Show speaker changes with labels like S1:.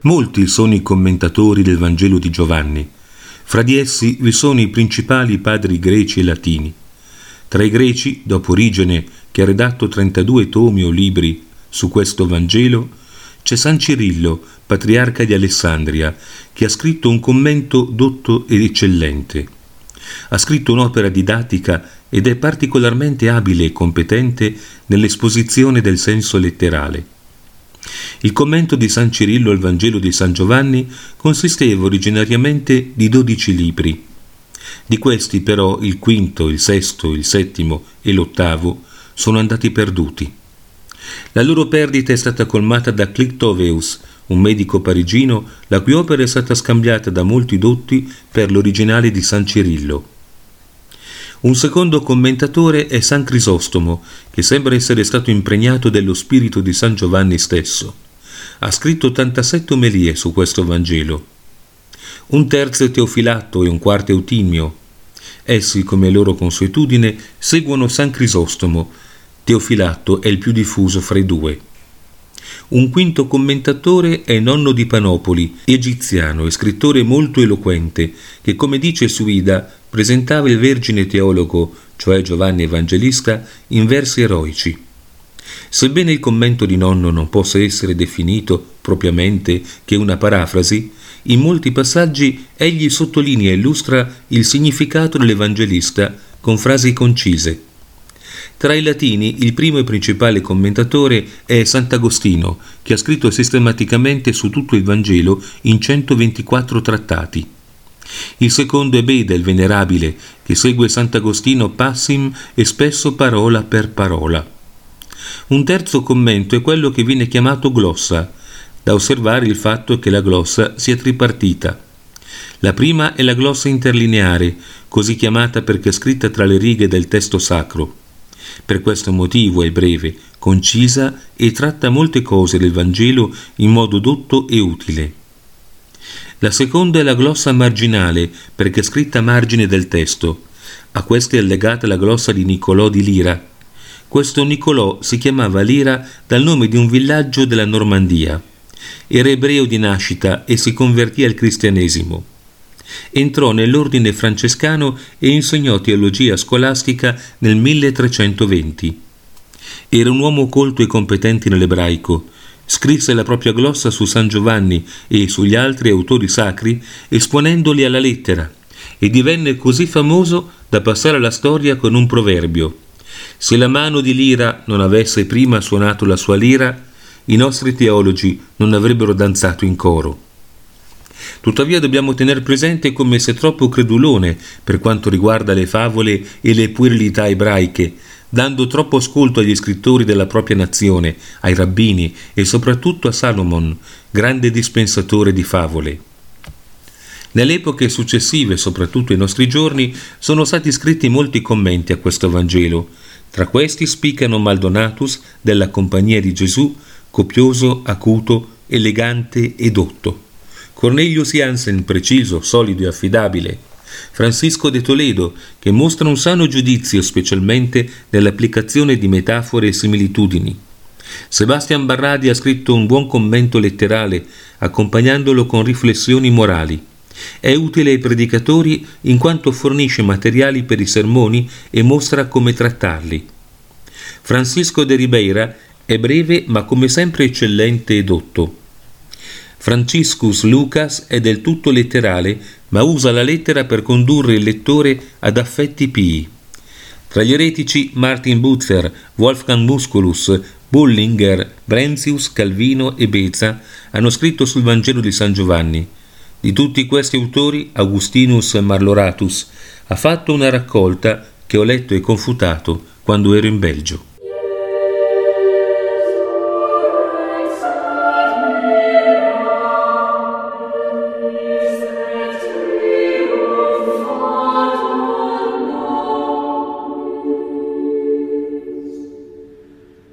S1: Molti sono i commentatori del Vangelo di Giovanni. Fra di essi vi sono i principali padri greci e latini. Tra i greci, dopo Origene, che ha redatto 32 tomi o libri su questo Vangelo, c'è San Cirillo, patriarca di Alessandria, che ha scritto un commento dotto ed eccellente. Ha scritto un'opera didattica ed è particolarmente abile e competente nell'esposizione del senso letterale. Il commento di San Cirillo al Vangelo di San Giovanni consisteva originariamente di 12 libri. Di questi però il quinto, il sesto, il settimo e l'ottavo sono andati perduti. La loro perdita è stata colmata da Clictoveus, un medico parigino la cui opera è stata scambiata da molti dotti per l'originale di San Cirillo. Un secondo commentatore è San Crisostomo, che sembra essere stato impregnato dello spirito di San Giovanni stesso. Ha scritto 87 omelie su questo Vangelo. Un terzo è Teofilatto e un quarto Eutimio. Essi, come loro consuetudine, seguono San Crisostomo. Teofilatto è il più diffuso fra i due. Un quinto commentatore è Nonno di Panopoli, egiziano e scrittore molto eloquente, che, come dice Suida, presentava il Vergine teologo, cioè Giovanni Evangelista, in versi eroici. Sebbene il commento di Nonno non possa essere definito propriamente che una parafrasi, in molti passaggi egli sottolinea e illustra il significato dell'Evangelista con frasi concise. Tra i latini il primo e principale commentatore è Sant'Agostino, che ha scritto sistematicamente su tutto il Vangelo in 124 trattati. Il secondo è Beda il Venerabile, che segue Sant'Agostino passim e spesso parola per parola. Un terzo commento è quello che viene chiamato glossa, da osservare il fatto che la glossa sia tripartita. La prima è la glossa interlineare, così chiamata perché scritta tra le righe del testo sacro. Per questo motivo è breve, concisa e tratta molte cose del Vangelo in modo dotto e utile. La seconda è la glossa marginale, perché scritta a margine del testo. A questa è allegata la glossa di Niccolò di Lira. Questo Niccolò si chiamava Lira dal nome di un villaggio della Normandia. Era ebreo di nascita e si convertì al cristianesimo. Entrò nell'ordine francescano e insegnò teologia scolastica nel 1320. Era un uomo colto e competente nell'ebraico. Scrisse la propria glossa su San Giovanni e sugli altri autori sacri, esponendoli alla lettera, e divenne così famoso da passare alla storia con un proverbio: se la mano di Lira non avesse prima suonato la sua lira, i nostri teologi non avrebbero danzato in coro. Tuttavia dobbiamo tener presente come sia troppo credulone per quanto riguarda le favole e le puerilità ebraiche, dando troppo ascolto agli scrittori della propria nazione, ai rabbini e soprattutto a Salomon, grande dispensatore di favole. Nelle epoche successive, soprattutto ai nostri giorni, sono stati scritti molti commenti a questo Vangelo. Tra questi spiccano Maldonatus della Compagnia di Gesù, copioso, acuto, elegante e dotto. Cornelius Jansen, preciso, solido e affidabile. Francisco de Toledo, che mostra un sano giudizio specialmente nell'applicazione di metafore e similitudini. Sebastian Barradi ha scritto un buon commento letterale, accompagnandolo con riflessioni morali. È utile ai predicatori in quanto fornisce materiali per i sermoni e mostra come trattarli. Francisco de Ribeira è breve ma come sempre eccellente e dotto. Franciscus Lucas è del tutto letterale, ma usa la lettera per condurre il lettore ad affetti pii. Tra gli eretici Martin Bucer, Wolfgang Musculus, Bullinger, Brentius, Calvino e Beza hanno scritto sul Vangelo di San Giovanni. Di tutti questi autori, Augustinus Marloratus ha fatto una raccolta che ho letto e confutato quando ero in Belgio.